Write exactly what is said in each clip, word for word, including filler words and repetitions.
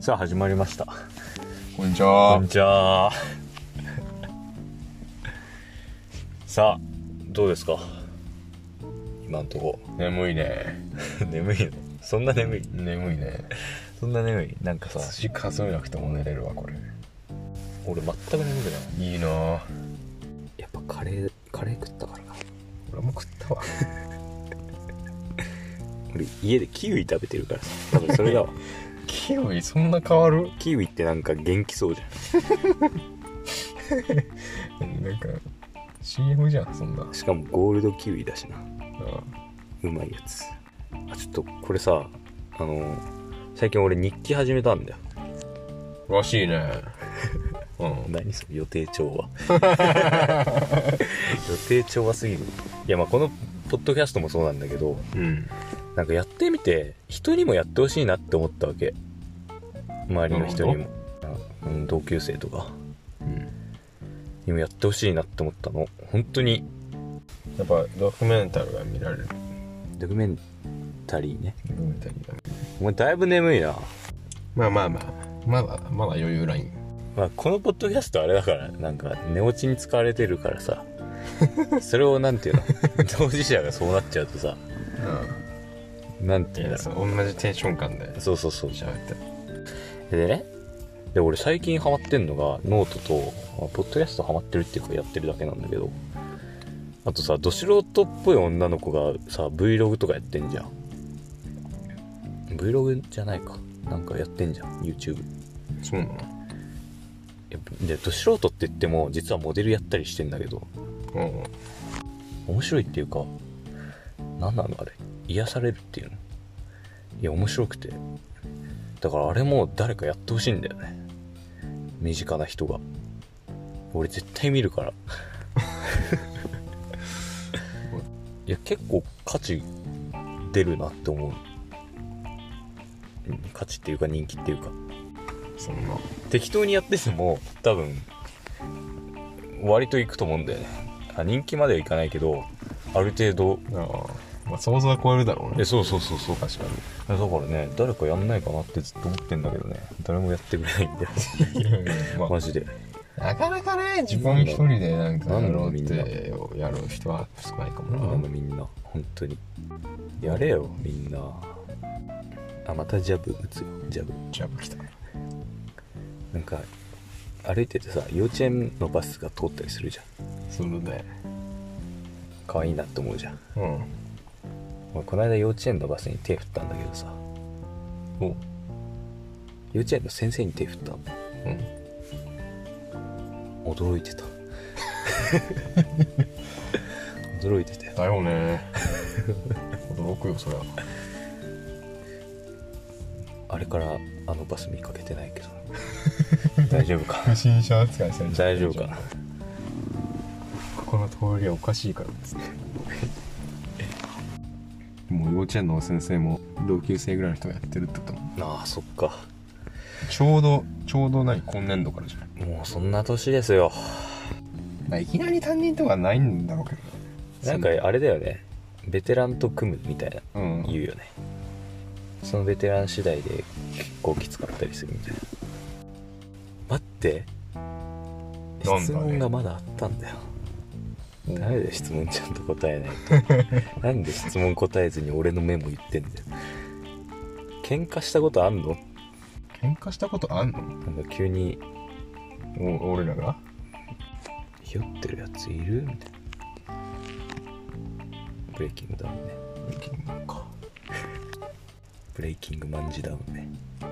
さあ始まりました。 こんにちは。 こんにちは。さあどうですか今んとこ。 眠いね。 眠いの？そんな眠い？ 眠いね。 そんな眠い？なんかさ、 寿司数えなくても寝れるわこれ。 俺全く眠くない。 いいな。 やっぱカレーカレー食ったからか。 俺も食ったわ。 俺家でキウイ食べてるからさ、多分それだわ。 キウイそんな変わる？ キウイってなんか元気そうじゃん。なんか シーエム じゃんそんな。 ゃん。しかもゴールドキウイだしな。 あうまいやつ。あ、ちょっとこれさ、あの最近俺日記始めたんだよ。 あらしいね。うん。 何それ予定調和。予定調和すぎる。いやまあこのポッドキャストもそうなんだけど、 うん。 なんかやってみて人にもやってほしいなって思ったわけ。周りの人にも、うん、同級生とか、うん、にもやってほしいなって思ったの。本当にやっぱドキュメンタルが見られる。 ドキュメンタリーね。 ドキュメンタリーが見られる。 お前だいぶ眠いな。 まあまあまあまだまだ余裕ライン。 まあこのポッドキャストあれだから、なんか寝落ちに使われてるからさ。それをなんていうの、当事者がそうなっちゃうとさ、 うん。 なんていうんだろう。 同じテンション感でそうそうそう。 喋って。 でね、で俺最近ハマってんのがノートと、まあ、ポッドキャストハマってるっていうかやってるだけなんだけど、あとさ、ど素人っぽい女の子がさ Vlog とかやってんじゃん。 Vlog じゃないか、なんかやってんじゃん YouTube。 そうなの？ でど素人って言っても実はモデルやったりしてんだけど、 うん。 面白いっていうか、なんなのあれ、癒されるっていうの。いや面白くて、だからあれも誰かやってほしいんだよね、身近な人が。俺絶対見るから。いや結構価値出るなって思う。価値っていうか人気っていうか、 そんな適当にやってても多分割といくと思うんだよね。あ、人気まではいかないけどある程度。 ああ、まあ想像は超えるだろうね。 え、そうそうそうそう。 確かに。 だからね、誰かやんないかなってずっと思ってんだけどね、誰もやってくれないんだよ。 まあ、 マジで。 なかなかね、自分一人でなんかやろうっなんだてやる人は少ないかもなんなのな。 みんな、本当に。やれよ、みんな。あ、またジャブ打つよ、ジャブ。 ジャブ来た。 なんか、歩いててさ、幼稚園のバスが通ったりするじゃん。 それで。 可愛いなって思うじゃん。 うん。 俺この間幼稚園のバスに手振ったんだけどさ、 お、 幼稚園の先生に手振ったの。 うん。 驚いてた。驚いてたよ。 だよね。驚くよ、そりゃ。 あれからあのバス見かけてないけど。大丈夫か。 不審者扱いされちゃう。 大丈夫かな。 ここの通りはおかしいからっつって。もう幼稚園の先生も同級生ぐらいの人がやってるってことも。 ああ、そっか。 ちょうど、ちょうどない今年度からじゃん。 もうそんな年ですよ。 まあ、いきなり担任とかないんだろうけど。 なんかあれだよね、ベテランと組むみたいな、 うん、 言うよね。そのベテラン次第で結構きつかったりするみたいな。待って、 なんだね、 質問がまだあったんだよ。ダメだよ、質問ちゃんと答えないと。なんで質問答えずに俺のメモ言ってんだよ。喧嘩したことあんの？ 喧嘩したことあんの？ なんか急にお俺らがひよってるやついるみたいな。ブレイキングダウンね。 ブレイキングか。 ブレイキングマンジダウンね。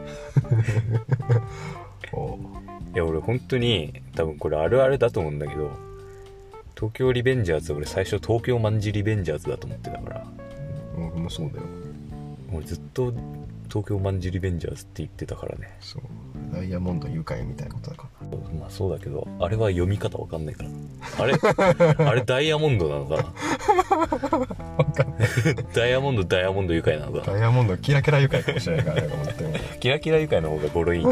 おう。 いや俺本当に多分これあるあるだと思うんだけど、東京リベンジャーズ、俺最初東京マンジリベンジャーズだと思ってたから。 俺もそうだよ。 俺ずっと東京マンジリベンジャーズって言ってたからね。 そう、ダイヤモンド愉快みたいなことだから。 まあそうだけど、あれは読み方わかんないから。あれあれダイヤモンドなのかな。ダイヤモンドダイヤモンド愉快なのかな。 ダイヤモンドキラキラ愉快かもしれないからね、思っても。 キラキラ愉快の方が語呂いいな。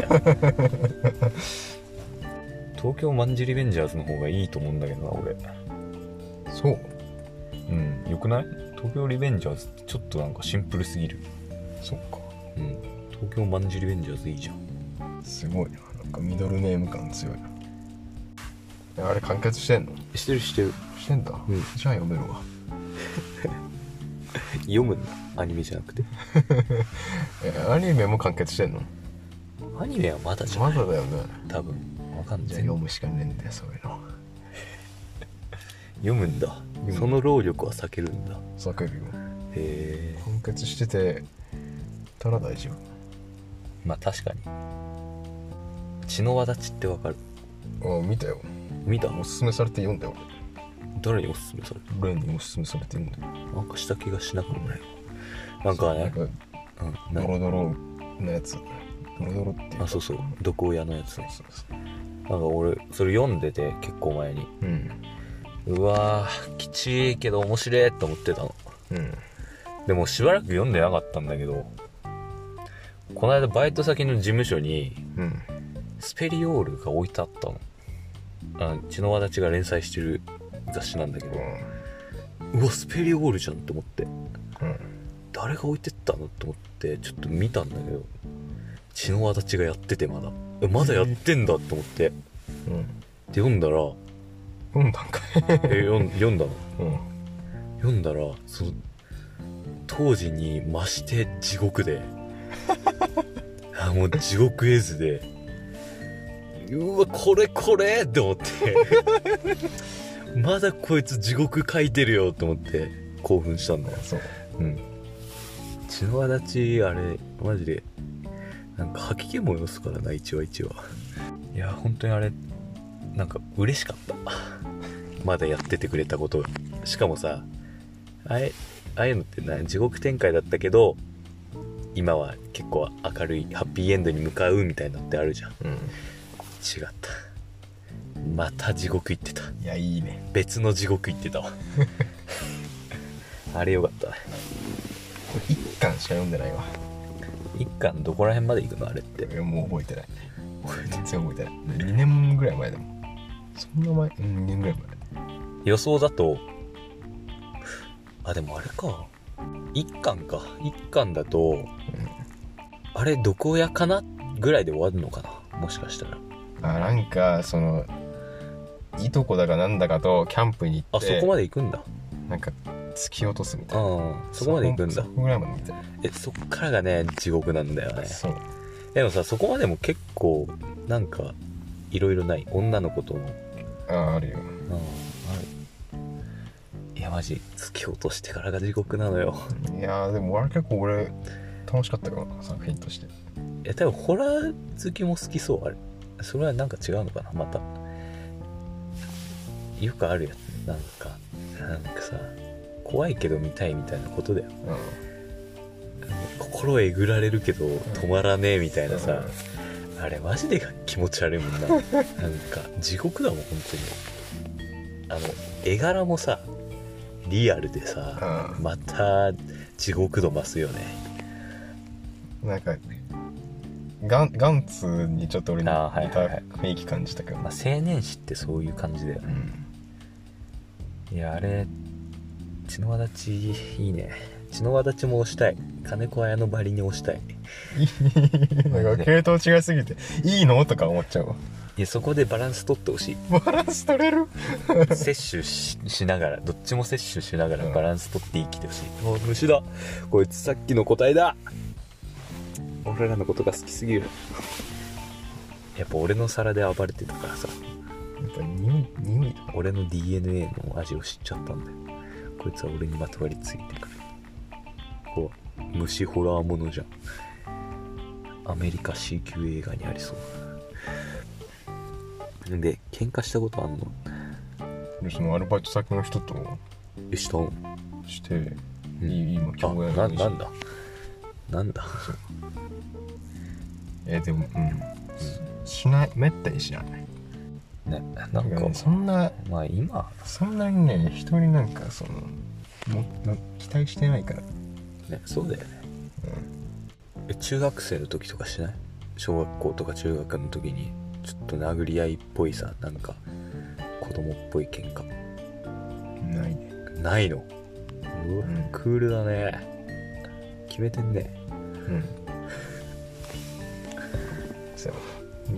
東京マンジリベンジャーズの方がいいと思うんだけどな、俺。 そう。 うん、よくない？東京リベンジャーズってちょっとなんかシンプルすぎる。 そっか。 うん、東京マンジリベンジャーズいいじゃん。 すごいな。なんかミドルネーム感強いな。あれ完結してんの？ してるしてる。 してんだ、 うん、 じゃあ読めるわ。 読むんだ、アニメじゃなくて。 えアニメも完結してんの？ アニメはまだじゃない？ まだだよね多分。わかんない。 じゃあ読むしかねえんだよ、そういうの。 読むんだ。その労力は避けるんだ。 避けるよ。 へえ。 完結しててたら大丈夫。 まあ確かに。血の輪立ちってわかる？ ああ、見たよ。 見た？ おすすめされて読んだよ。 誰におすすめされた？ レンにおすすめされて読んだよ。 なんかした気がしなくもない。なんかね、 なんかうん、 ドロドロのやつ。ドロドロっていう。 あ、そうそう、毒親のやつね。 そうそう。 なんか俺それ読んでて結構前に、 うん。 うわーきちいけど面白いと思ってたの。 うん。 でもしばらく読んでなかったんだけど、この間バイト先の事務所にうん。 スペリオールが置いてあったの。あ、血の輪立ちが連載してる雑誌なんだけど、うわスペリオールじゃんと思って、 うん。 誰が置いてったのと思ってちょっと見たんだけど、血の輪立ちがやってて、まだえまだやってんだと思って、 うん。 で読んだら読んだんかい。 え読ん読んだのうん。 読んだらその当時に増して地獄であもう地獄絵図で、うわこれこれって思ってまだこいつ地獄描いてるよと思って興奮したんだよ。 そう。 うん。血の輪立ちあれマジでなんか吐き気もよすからな、一話一話。いや本当にあれなんか嬉しかった。まだやっててくれたこと。しかもさ、あれああいうのってな、地獄展開だったけど今は結構明るいハッピーエンドに向かうみたいなのってあるじゃん。 うん。 違った、また地獄行ってた。 いや、いいね。 別の地獄行ってたわあれよかったね。 これ一巻しか読んでないわ。 一巻どこら辺まで行くのあれって？ いやもう覚えてない。全然覚えてない。にねんぐらい前でも。そんな前、うん、にねんぐらい前。 予想だと、あでもあれか、一巻か、一巻だと、うん、あれどこやかなぐらいで終わるのかな、もしかしたら。 あ、なんかそのいとこだかなんだかとキャンプに行って、 あそこまで行くんだ。 なんか突き落とすみたいな。 ああそこまで行くんだ。 そこぐらいまで見て。 えそっからがね地獄なんだよね。 そう。 でもさ、そこまでも結構なんかいろいろない、女の子との。 ああ、あるよ。 ああある。いやマジ突き落としてからが地獄なのよ。 いやでもあれ結構俺楽しかったから、作品として。いや多分ホラー好きも好きそう。あれそれはなんか違うのかな、また。よくあるやつ、なんかなんかさ、怖いけど見たいみたいなことだよ。 うん、 心えぐられるけど止まらねえみたいなさ、うん、あれマジで気持ち悪いもんな。なんか地獄だもん本当に。あの絵柄もさリアルでさ、うん、また地獄度増すよね。 なんかガンガンツにちょっと俺に似た雰囲気感じたけど、 まあ、青年誌ってそういう感じだよね、うん、いやあれ血の輪立ちいいね。血の輪立ちも押したい。金子綾のばりに押したい。 なんか系統違いすぎていいのとか思っちゃうわ。 いやそこでバランス取ってほしい。 バランス取れる摂取 し, しながらどっちも摂取しながらバランス取って生きてほしい、うん、もう虫だこいつ、さっきの個体だ。俺らのことが好きすぎる。やっぱ俺の皿で暴れてたからさ、 やっぱ匂い匂いとか俺の ディーエヌエー の味を知っちゃったんだよ。こいつは俺にまとわりついてくる。こう虫ホラーものじゃん。アメリカ C 級映画にありそうで。喧嘩したことあんの？ そのアルバイト先の人とえしたのして、うん、 いい今今日やるな。なんだなんだえでもうん、うん、しない、めったにしないね。 なんか、 ね、そんなまあ今そんなにね人になんかそのも期待してないからね。そうだよね、うん、え中学生の時とかしない？小学校とか中学の時にちょっと殴り合いっぽいさ、なんか子供っぽい喧嘩ないね。 ないの？うわ、うん、クールだね。決めてんね。 うんそう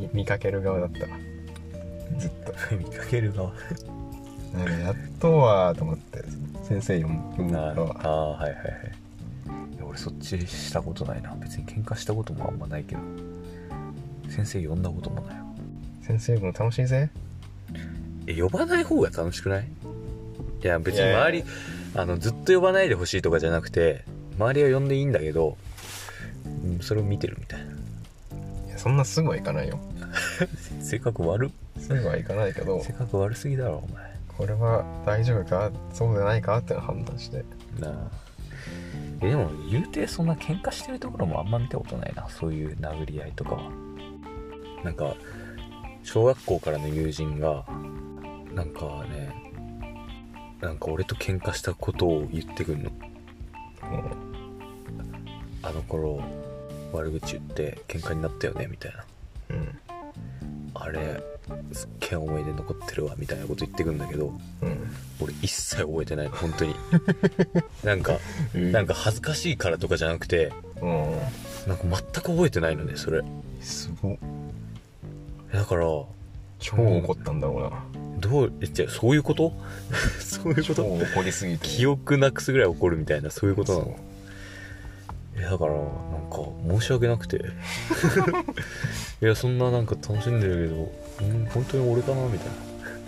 見かける側だったわずっと見かける側なんかやっとはと思って先生呼んだわ。 ああはいはいはい。いや俺そっちしたことないな。別に喧嘩したこともあんまないけど先生呼んだこともないわ。 先生も楽しいぜ。 え呼ばない方が楽しくない？いや別に周りあのずっと呼ばないでほしいとかじゃなくて周りは呼んでいいんだけど、うん、それを見てるみたいな。いやそんなすぐはいかないよ性格悪すぐはいかないけど性格悪すぎだろお前。 これは大丈夫かそうじゃないかって判断してなあ。えでも言うてそんな喧嘩してるところもあんま見たことないな。そういう殴り合いとかは。なんか小学校からの友人がなんかねなんか俺と喧嘩したことを言ってくるの。もうあの頃悪口言って喧嘩になったよねみたいな。 うんあれすっげえ思い出残ってるわみたいなこと言ってくんだけど、 うん、 俺一切覚えてないの本当になんか、 うん、 なんか恥ずかしいからとかじゃなくて、 うん、 なんか全く覚えてないのねそれ。 すごっ。 だから超怒ったんだろうな。 どうえじゃあそういうことそういうこと超怒りすぎて記憶なくすぐらい怒るみたいなそういうことなの。いやだからなんか申し訳なくていやそんななんか楽しんでるけど、うん、本当に俺かなみたいな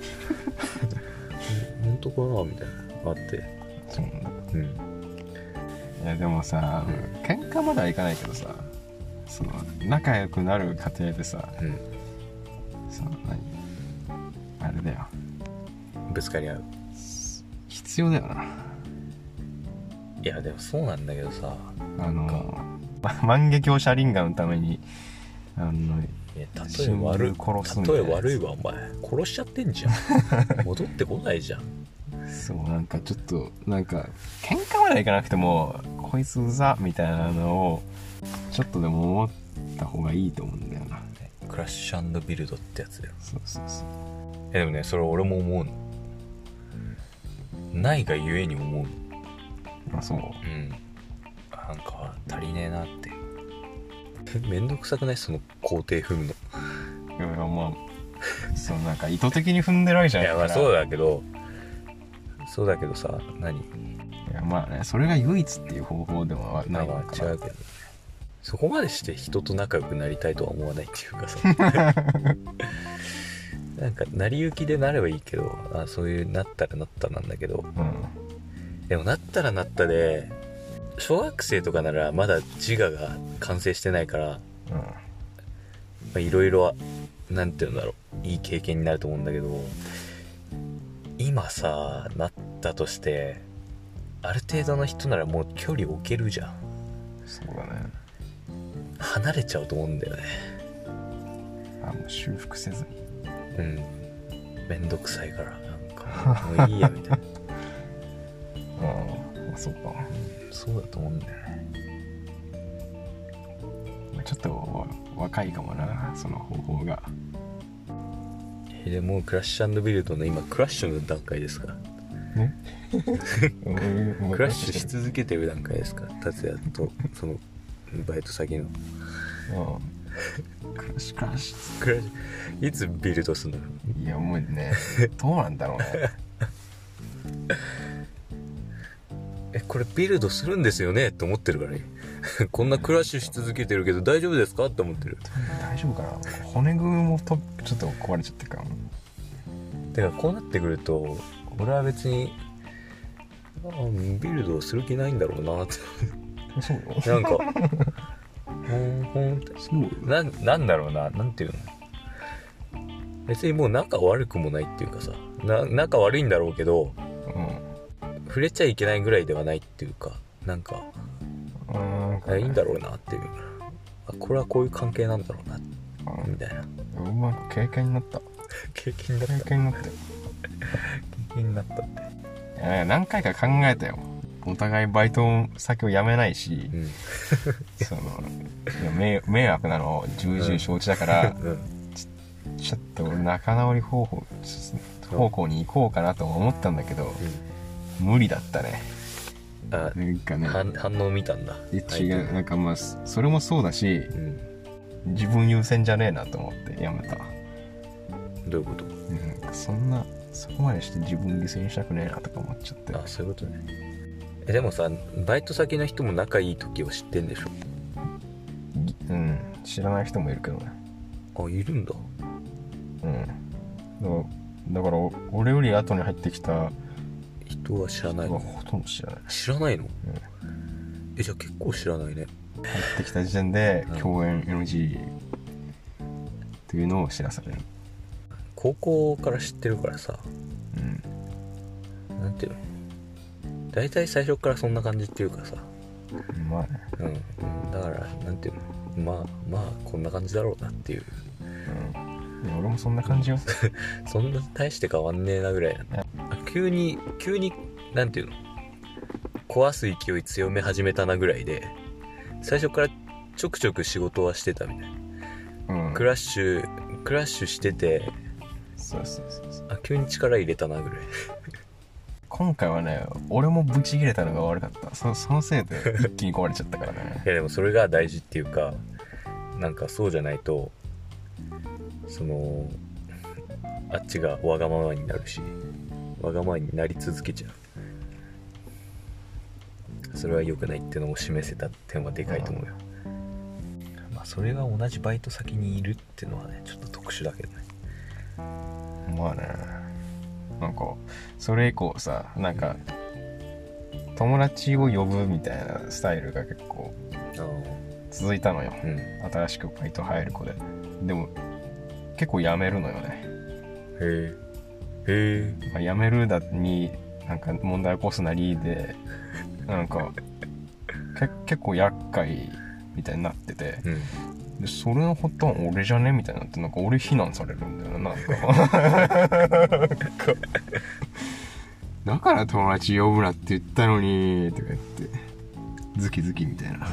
本当かなみたいなあって。 そううんいやでもさ、うん、喧嘩まではいかないけどさその仲良くなる過程でさ、うん、その何あれだよぶつかり合う必要だよな。 いやでもそうなんだけどさあの万華鏡車輪ガのためにあのいや例え悪い殺すみたいな。例え悪いわお前殺しちゃってんじゃん戻ってこないじゃん。 そうなんかちょっとなんか喧嘩まではいかなくてもこいつうざみたいなのをちょっとでも思った方がいいと思うんだよな。 クラッシュ&ビルドってやつだよ。 そうそうそう。 えでもねそれ俺も思うの。ないがゆえに思うの。 あそう。 うんなんか足りねえなってめんどくさくないその工程踏むの。 いやいやまあそうなんか意図的に踏んでるわけじゃないから。 いやまあそうだけどそうだけどさ何いやまあねそれが唯一っていう方法ではないのかな。 違うけどそこまでして人と仲良くなりたいとは思わないっていうかさなんか成り行きでなればいいけどあそういうなったらなったなんだけど、うん、でもなったらなったで小学生とかならまだ自我が完成してないからいろいろなんていうんだろういい経験になると思うんだけど今さなったとしてある程度の人ならもう距離置けるじゃん。 そうだね離れちゃうと思うんだよね。 あもう修復せずにうんめんどくさいからなんかもういいやみたいなああそうか、 うん、そうだと思うんだよね。 ちょっと若いかもなその方法が。 えでもクラッシュ&ビルドの今クラッシュの段階ですかねクラッシュし続けてる段階ですか達也とそのバイト先のああクラッシュクラッシュクラッシュいつビルドすんの。 いやもうねどうなんだろうねえこれビルドするんですよねって思ってるからねこんなクラッシュし続けてるけど大丈夫ですかって思ってる。 大丈夫かな骨組みもとちょっと壊れちゃってるからだからこうなってくると俺は別にあビルドをする気ないんだろうなってそうなんかほんほんってそうな、なんだろうななんていうの別にもう仲悪くもないっていうかさな仲悪いんだろうけど、うん、触れちゃいけないぐらいではないっていうかなんかうんいいんだろうなっていうあこれはこういう関係なんだろうなみたいなうまく経験になった経験になった経験になったよ経験になったっていや何回か考えたよ。お互いバイト先を辞めないし、うん、そのいや 迷, 迷惑なのを重々承知だから、うんうん、ち, ちょっと仲直り方法方向に行こうかなと思ったんだけど、うん、無理だったね。 あなんかね反応見たんだ。 違うなんかまあそれもそうだし、うん、 自分優先じゃねえなと思ってやめた。 どういうこと？ うん、そんなそこまでして自分優先したくねえなとか思っちゃって。 あ、そういうことね。え、でもさ、バイト先の人も仲いい時を知ってんでしょ？ うん、知らない人もいるけどね。 あ、いるんだ。 うん。だから、だから俺より後に入ってきた人は知らないの？ ほとんど知らない。 知らないの？ うん。 え、じゃあ結構知らないね。 入ってきた時点で共演 エヌジー っていうのを知らされる。 高校から知ってるからさ、 うん。 なんていうの、大体最初からそんな感じっていうかさ、 まあね。 うん、うん、だからなんていうの、まあまあこんな感じだろうなっていう。 うん。いや俺もそんな感じよ。 そんな大して変わんねえなぐらいなんだ。急に急になんていうの、壊す勢い強め始めたなぐらいで、最初からちょくちょく仕事はしてたみたいな。うん、クラッシュクラッシュしてて、 そうそうそうそう、 あ、急に力入れたなぐらい。 今回はね、俺もブチ切れたのが悪かった。 そ, そのせいで一気に壊れちゃったからね。 いやでもそれが大事っていうか、なんかそうじゃないとそのあっちがわがままになるし、わがままになり続けちゃう。それは良くないっていうのを示せた点はでかいと思うよ。まあそれが同じバイト先にいるっていうのはね、ちょっと特殊だけどね。 まあね、なんかそれ以降さ、なんか友達を呼ぶみたいなスタイルが結構続いたのよ、うん、新しくバイト入る子で。でも結構辞めるのよね。 へえ。へえ。 まあ、辞めるだになんか問題起こすなりで、なんかけ結構厄介みたいになってて、うん、でそれの発端俺じゃねみたいになって、なんか俺非難されるんだよな、なんかだから友達呼ぶなって言ったのにとか言ってズキズキみたいな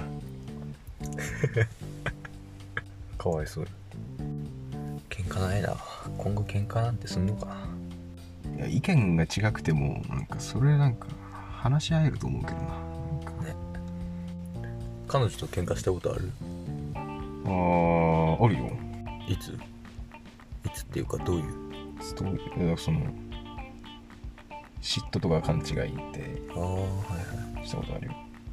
かわいそう。喧嘩ないな。今後喧嘩なんてすんのかな。 いや意見が違くてもなんかそれなんか話し合えると思うけどな。なんかね、 彼女と喧嘩したことある？ あー、あるよ。 いつ？いつっていうかどういう？ どういう、その嫉妬とか勘違いって、 ああ、はいはい、 したことあるよ。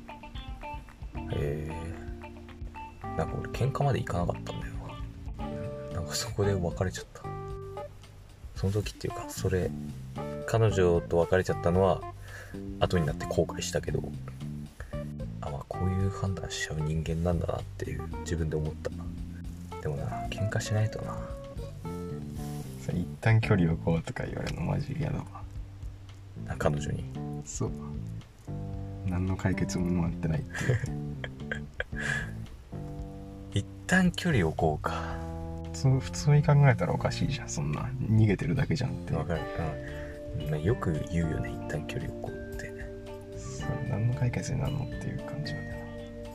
へえ。なんか俺喧嘩まで行かなかったんだよな。なんかそこで別れちゃった。その時っていうか、それ彼女と別れちゃったのは後になって後悔したけど、あ、まあこういう判断しちゃう人間なんだなっていう自分で思った。でもな、喧嘩しないとな。 一旦距離をこうとか言われるのマジ嫌だわ。 彼女に？ そう、何の解決も待ってないって一旦距離をこうか。 普通に考えたらおかしいじゃん、そんな逃げてるだけじゃんって。 わかる、うん、よく言うよね、一旦距離をこうって。 そう、何の解決になるのっていう感じなんだよ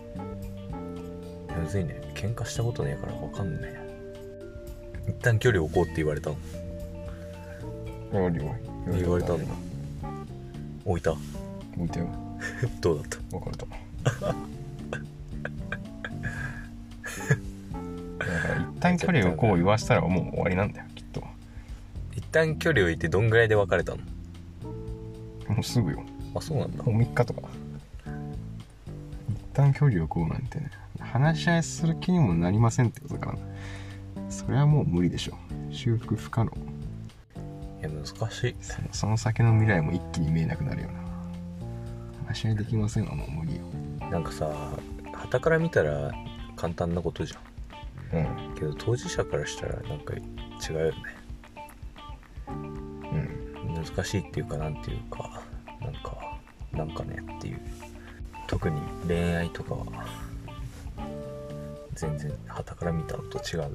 な。むずいね、喧嘩したことねえからわかんないな。一旦距離を置こうって言われたの？ 言われた言われたんだ。置いた？ 置いたよどうだった？ 別れただから一旦距離をこう言わせたらもう終わりなんだよ、きっと。 一旦距離を置いてどんぐらいで別れたの？ もうすぐよ。 あ、そうなんだ。 もうみっかとか。一旦距離をこうなんてね、話し合いする気にもなりませんってことかな。それはもう無理でしょ、修復不可能。 いや難しい。 その、その先の未来も一気に見えなくなるよな。話し合いできませんはもう無理よ。 なんかさ、傍から見たら簡単なことじゃん。うん。けど当事者からしたらなんか違うよね。うん。難しいっていうか、なんていうか、なんかなんかねっていう。特に恋愛とかは全然傍から見たのと違うだろう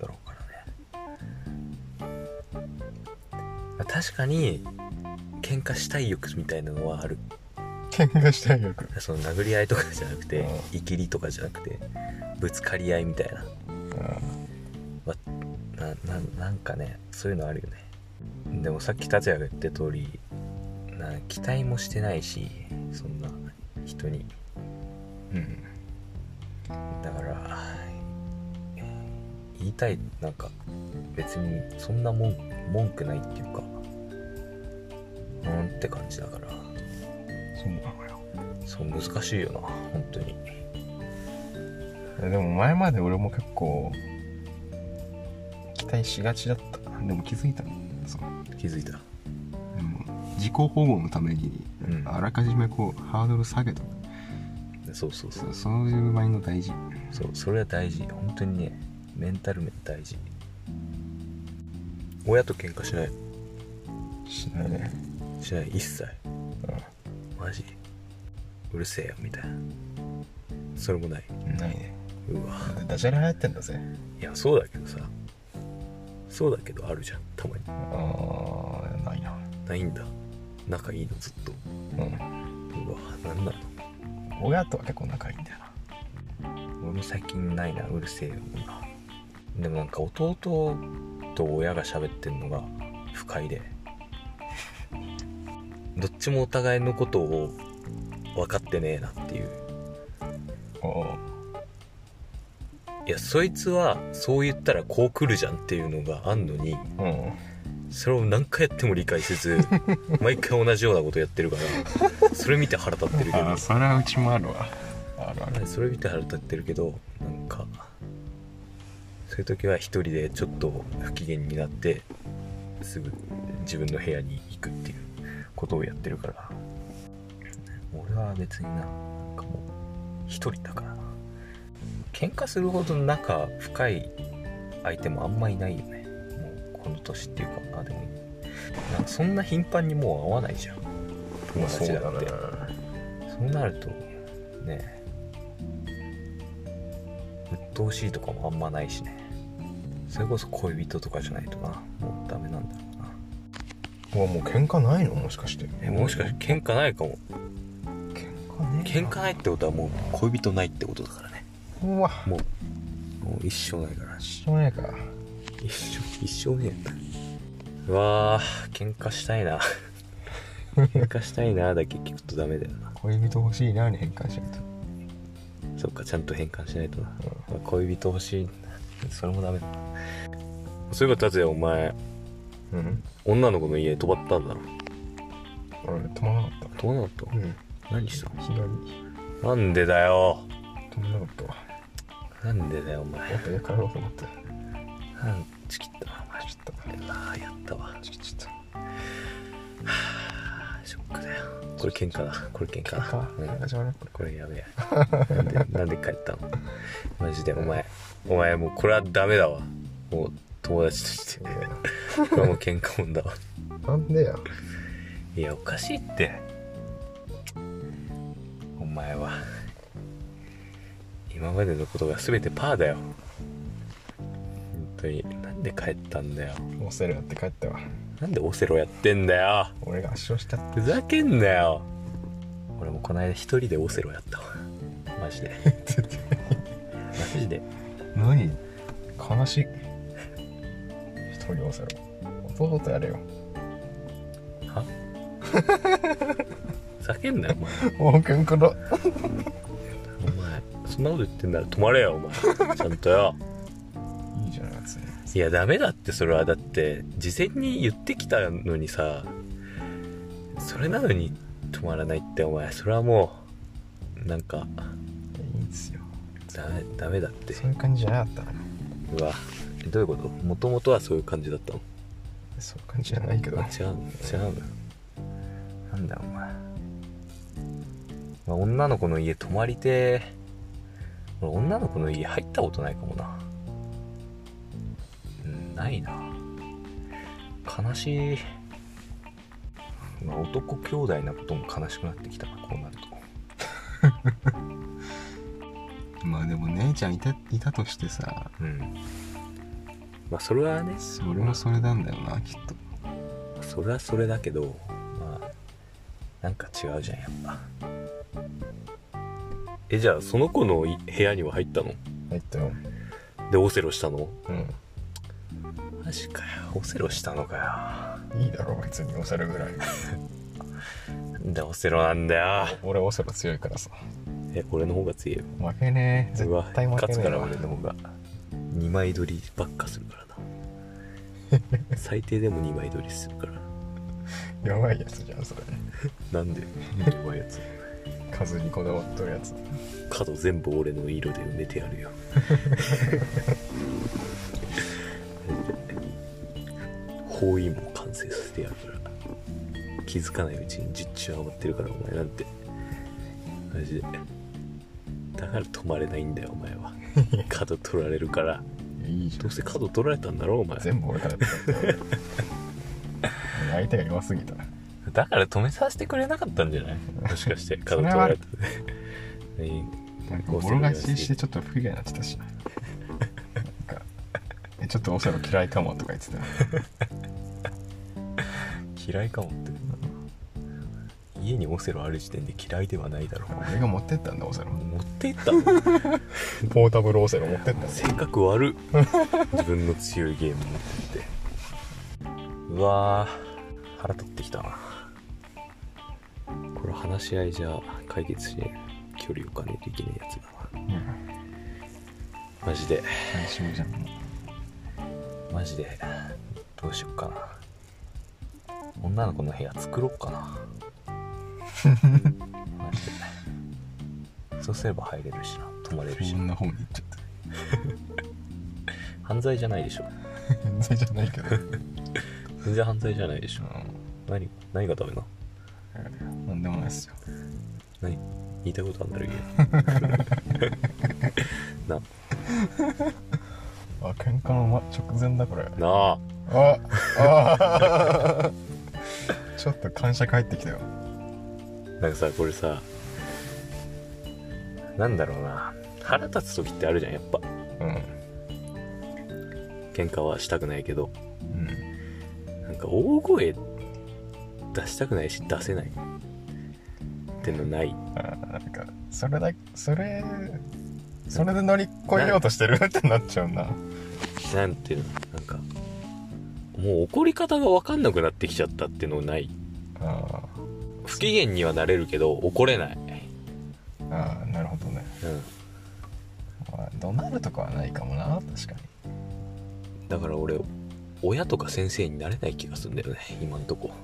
からね。確かに喧嘩したい欲みたいなのはある。 喧嘩したい欲、 その殴り合いとかじゃなくて、いきりとかじゃなくて、ぶつかり合いみたいな、ま、な, な, なんかね、そういうのあるよね。でもさっき達也が言った通り、な期待もしてないし、そんな人に、うん、だからたい、なんか別にそんなもん文句ないっていうか、うんって感じだから。 そうなのよ。 そう難しいよな本当に。 でも前まで俺も結構期待しがちだった。でも気づいた。そう気づいた。 うん、自己保護のために、うん、あらかじめこうハードル下げとく。 そうそうそう、 そういうマインド大事。 そう、それは大事。本当にね、メンタル面大事。親と喧嘩しない？ しないね。 しない、一切。 うん。 マジ？うるせえよみたいな。それもない？ ないね。 うわ。 ダジャレ流行ってんだぜ。 いや、そうだけどさ。そうだけどあるじゃん、たまに。 ああ、ないな。 ないんだ。仲いいのずっと。 うん。 うわ、なんなの？ 親とは結構仲いいんだよな。 俺も最近ないな、うるせえよな。でもなんか弟と親が喋ってんのが不快で、どっちもお互いのことを分かってねえなっていう。 おいや、そいつはそう言ったらこう来るじゃんっていうのがあんのに、 うん、 それを何回やっても理解せず毎回同じようなことやってるからそれ見て腹立ってるけど。 あ、それはうちもあるわ。あるある。 それ見て腹立ってるけど、なんかそういう時は一人でちょっと不機嫌になってすぐ自分の部屋に行くっていうことをやってるから、俺は別にな、なんかもう一人だからな。喧嘩するほど仲深い相手もあんまいないよね、もうこの年っていうか。あ、でもなんかそんな頻繁にもう会わないじゃん、友達だって。そうなるとね、鬱陶しいとかもあんまないしね。それこそ恋人とかじゃないとな、もうダメなんだろうな。 うわ、もう喧嘩ないの？もしかして。 え、もしかして喧嘩ないかも。 喧嘩ねえ。 喧嘩ないってことはもう恋人ないってことだからね。 うわ、 もうもう一生ないから。 一生ねえか。 一生一生ねえんだ。うわー、喧嘩したいな喧嘩したいなだけ聞くとダメだよな。 恋人欲しいなに変換しないと。 そっか、ちゃんと変換しないとな、 うん、 恋人欲しい、それもダメだ。そういえば達也、お前、 うん、 女の子の家泊まったんだろ。 俺泊まらなかった。 泊まらなかった？うん。何したの？ 日帰り。 なんでだよ。 泊まらなかったわ。 なんでだよお前。 やっぱ家帰ろうと思って。 なんチキったな。 チキったああ、やったわ。 チキチった。はあ、ショックだよ。これ喧嘩だ。これ喧嘩だ。 喧嘩、うん、始まる。 これやべえ。なんでなんで帰ったの？マジでお前、お前もうこれはダメだわ。もう友達としてこれはもう喧嘩もんだわ。 なんでや。 いや、おかしいって。お前は今までのことが全てパーだよ。本当に。なんで帰ったんだよ。 オセロやって帰ったわ。 なんでオセロやってんだよ。 俺が圧勝したって。 ふざけんなよ。俺もこの間一人でオセロやったわ。マジでマジで。 何？悲しい。一人オセロ。弟とやれよ。 はふざけんなよお前。もう喧嘩だ。 お前そんなこと言ってんなら泊まれよお前。ちゃんとよ。 いいじゃないですか。 いやダメだって。それはだって事前に言ってきたのにさ、それなのに泊まらないってお前、それはもうなんかいいんですよ。 ダメダメだって。 そういう感じじゃなかったの。 うわ、どういうこと？もともとはそういう感じだったの？ そういう感じじゃないけど。 違う違うの。なんだよお前、まあ、女の子の家泊まりてー。俺女の子の家入ったことないかもな。うん、ないな。悲しい。まあ、男兄弟なことも悲しくなってきたな、こうなると。まあでも姉ちゃんいた、いたとしてさ、 うん、まあそれはね、 それもそれなんだよな、きっと。 それはそれだけど、まあなんか違うじゃんやっぱ。え、じゃあその子の部屋には入ったの？ 入ったよ。 でオセロしたの？ うん。 マジかよ。オセロしたのかよ。いいだろ別にオセロぐらい。 なんでオセロなんだよ。 俺オセロ強いからさ。 え、俺の方が強いよ。 負けねえ。絶対負けねえ。 勝つから俺の方が。 にまい撮りばっかするからな最低でもにまい撮りするから弱いやつじゃんそれ。 なんで弱いやつ数にこだわっとるやつ。 角全部俺の色で埋めてやるよ包囲も完成させてやるから気づかないうちに十中余ってるからお前なんてマジでだから止まれないんだよお前は角取られるからいいじゃん。 どうせ角取られたんだろお前全部俺からやった相手が弱すぎた。 だから止めさせてくれなかったんじゃないもしかして角取られたなんかボロ勝ちしてちょっと不機嫌になってたしなんかえちょっとオセロ嫌いかもとか言ってた嫌いかもって、うん、家にオセロある時点で嫌いではないだろう。 俺が持ってったんだオセロ。 持ってったのポータブルオセロ持ってったんだ。 性格悪っ自分の強いゲーム持ってってうわー腹立ってきたな。これ話し合いじゃ解決しねえ。距離を置かねえといけないやつだな、うん、マジで最初じゃん。 マジでどうしよっかな。女の子の部屋作ろっかなマジでそうすれば入れるしな、泊まれるし。 そんな本に行っちゃった犯罪じゃないでしょ犯罪じゃないけど全然犯罪じゃないでしょ、うん、何何がダメな。 なんでもないですよ。 何言いたいことあんだろなあ、喧嘩の、ま、直前だこれなあああちょっと感触入ってきたよ。 なんかさこれさなんだろうな、腹立つ時ってあるじゃんやっぱ。 うん喧嘩はしたくないけど、 うん、 なんか大声出したくないし出せないってのない。 あ、なんかそれだそれそれで乗り越えようとしてるってなっちゃうな。 なんていうの、なんかもう怒り方が分かんなくなってきちゃったってのない。 あ、 不機嫌にはなれるけど怒れない。 ああ、なるほどね。うん、まあ、怒鳴るとかはないかもな。確かに。 だから俺親とか先生になれない気がするんだよね今んとこ。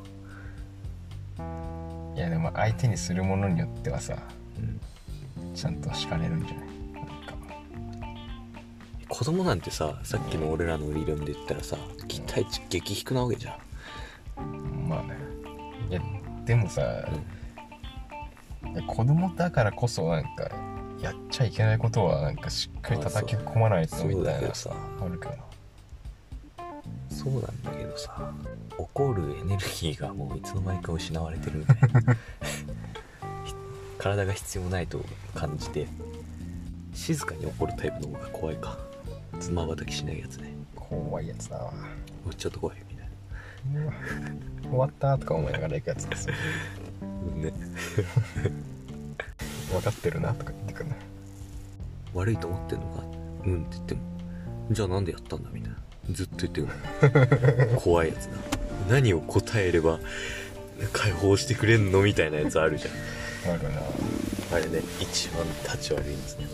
いやでも相手にするものによってはさ、 うん、 ちゃんと叱れるんじゃない。なんか子供なんてさ、さっきの俺らの理論で言ったらさ、期待値激低なわけじゃん。まあね。いやでもさ、うん、いや子供だからこそなんかやっちゃいけないことはなんかしっかり叩き込まないとみたいなさあるから。 そうなんだけどさ、怒るエネルギーがもういつの間にか失われてるみたいな体が必要ないと感じて静かに怒るタイプの方が怖いか。まばたきしないやつね。 怖いやつだわ。 ちょっと怖いみたいな終わったとか思いながら行くやつですよね分かってるなとか言ってくるね。 悪いと思ってんのか、うんって言っても、じゃあなんでやったんだみたいなずっと言ってくる怖いやつだ。何を答えれば解放してくれんのみたいなやつあるじゃん。 あるな。 あれね、一番立ち悪いんですね。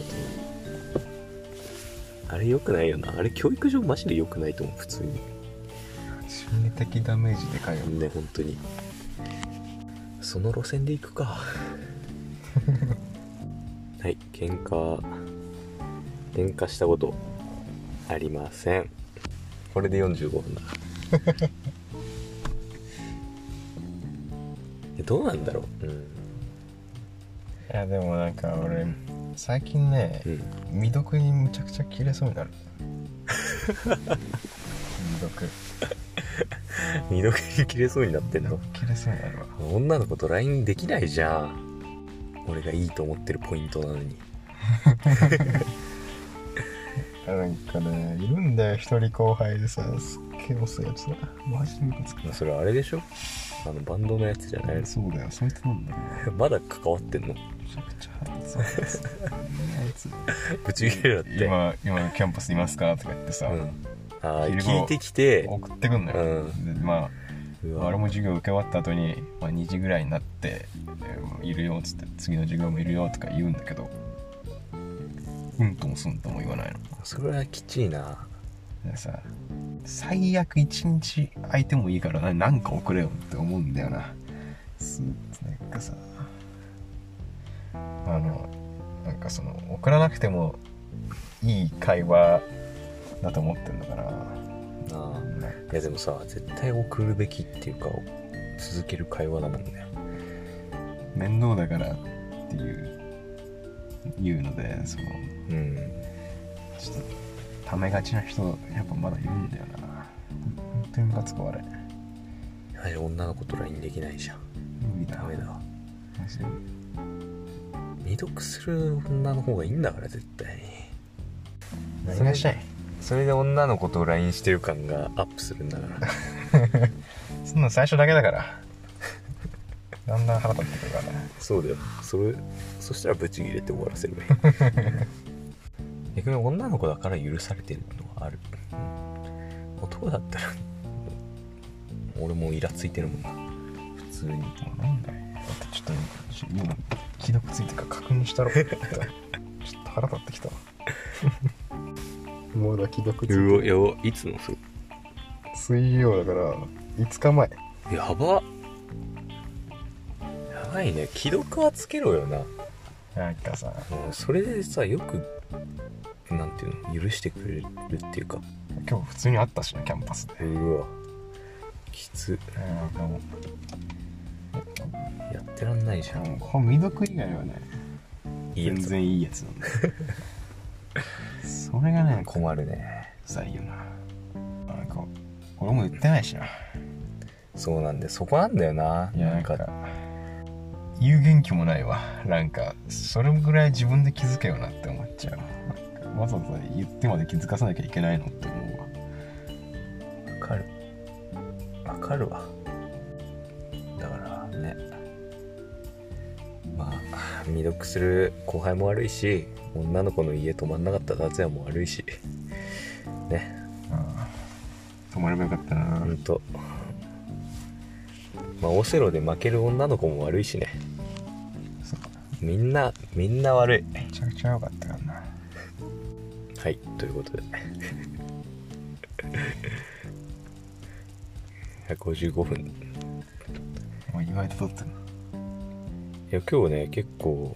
あれ良くないよな。あれ教育上マジで良くないと思う。普通に心理的ダメージでかいよね。本当にその路線で行くかはい、喧嘩喧嘩したことありません。これでよんじゅうごふんだどうなんだろう。うん、いやでもなんか俺最近ね、うん、未読にむちゃくちゃ切れそうになる未読未読に切れそうになってんの。 切れそうになるわ。 女の子と ライン できないじゃん。俺がいいと思ってるポイントなのになんかね、いるんだよ一人後輩でさ、すっげえ遅いやつだ。マジでムカつく。 それあれでしょ、あのバンドのやつじゃない。 そうだよ、そいつなんだよまだ関わってんの。めちゃくちゃ腹立つわあいつぶち切れだって。 今今キャンパスいますかとか言ってさ、うん、 ああ聞いてきて送ってくんのよ、うん、でまあ俺も授業受け終わった後に、まあ、にじぐらいになっているよっつって、次の授業もいるよとか言うんだけど、 うんともすんとも言わないの。 それはきちいな。 でさ、最悪一日空いてもいいからな、なんか送れよって思うんだよな。すなんかさ、あのなんかその送らなくてもいい会話だと思ってんのかな。 ああ、いやでもさ、絶対送るべきっていうか続ける会話だもんね。 面倒だからっていう言うので、そのうんちょっとためがちな人やっぱまだいるんだよな。本当にムカつくわあれ。 いや女の子と ライン できないじゃん。 無理だ。 ダメだわ。 マジで未読する女の方がいいんだから絶対に。 何がしたい？ それで女の子と ライン してる感がアップするんだからそんな最初だけだからだんだん腹立ってくるからね。 そうだよ。それそしたらブチ切れて終わらせるばいい逆に女の子だから許されてるのはある、うん、男だったら俺もイラついてるもんな普通に。 もうなんだよ、だってちょっと今既読ついてから確認したろちょっと腹立ってきたわまだ既読ついてる。 うわ、やば、いつのそれ。 水曜だからいつかまえ。 やばやばいね。既読はつけろよな。 なんかさ、 もうそれでさ、よくなんていうの許してくれるっていうか。 今日普通に会ったしな、キャンパスで。 うわきつ。 なんかもやってらんないじゃん。 うこの未読以外はねいいやつ全然いいやつなんだそれがね困るね。 さいいよな。なんか俺も言ってないしな。 そうなんで、そこなんだよな。 いやなんかなんか言う元気もないわ。なんかそれぐらい自分で気づけよなって思っちゃう。なんかわざわざ言ってまで気づかさなきゃいけないのって思うわ。 わかるわかるわ。だからね、まあ未読する後輩も悪いし、女の子の家泊まんなかった達也も悪いしね。 ああ止まればよかったな。 ほんと、まあオセロで負ける女の子も悪いしね。 そうみんなみんな悪い。 めちゃくちゃ良かったからな。 はい、ということでひゃくごじゅうごふん。 もう意外と撮ってる。 いや今日ね結構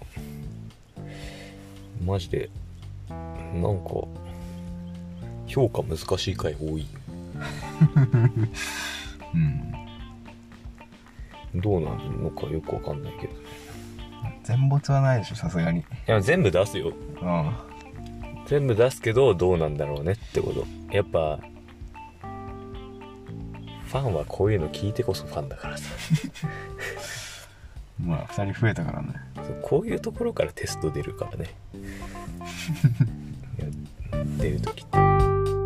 マジでなんか評価難しい回多い。 うんどうなのかよくわかんないけど。 全没はないでしょさすがに。 いや全部出すよ。 うん全部出すけどどうなんだろうねってこと。やっぱファンはこういうの聞いてこそファンだからさまあふたり増えたからね。 そうこういうところからテスト出るからねいや出るときって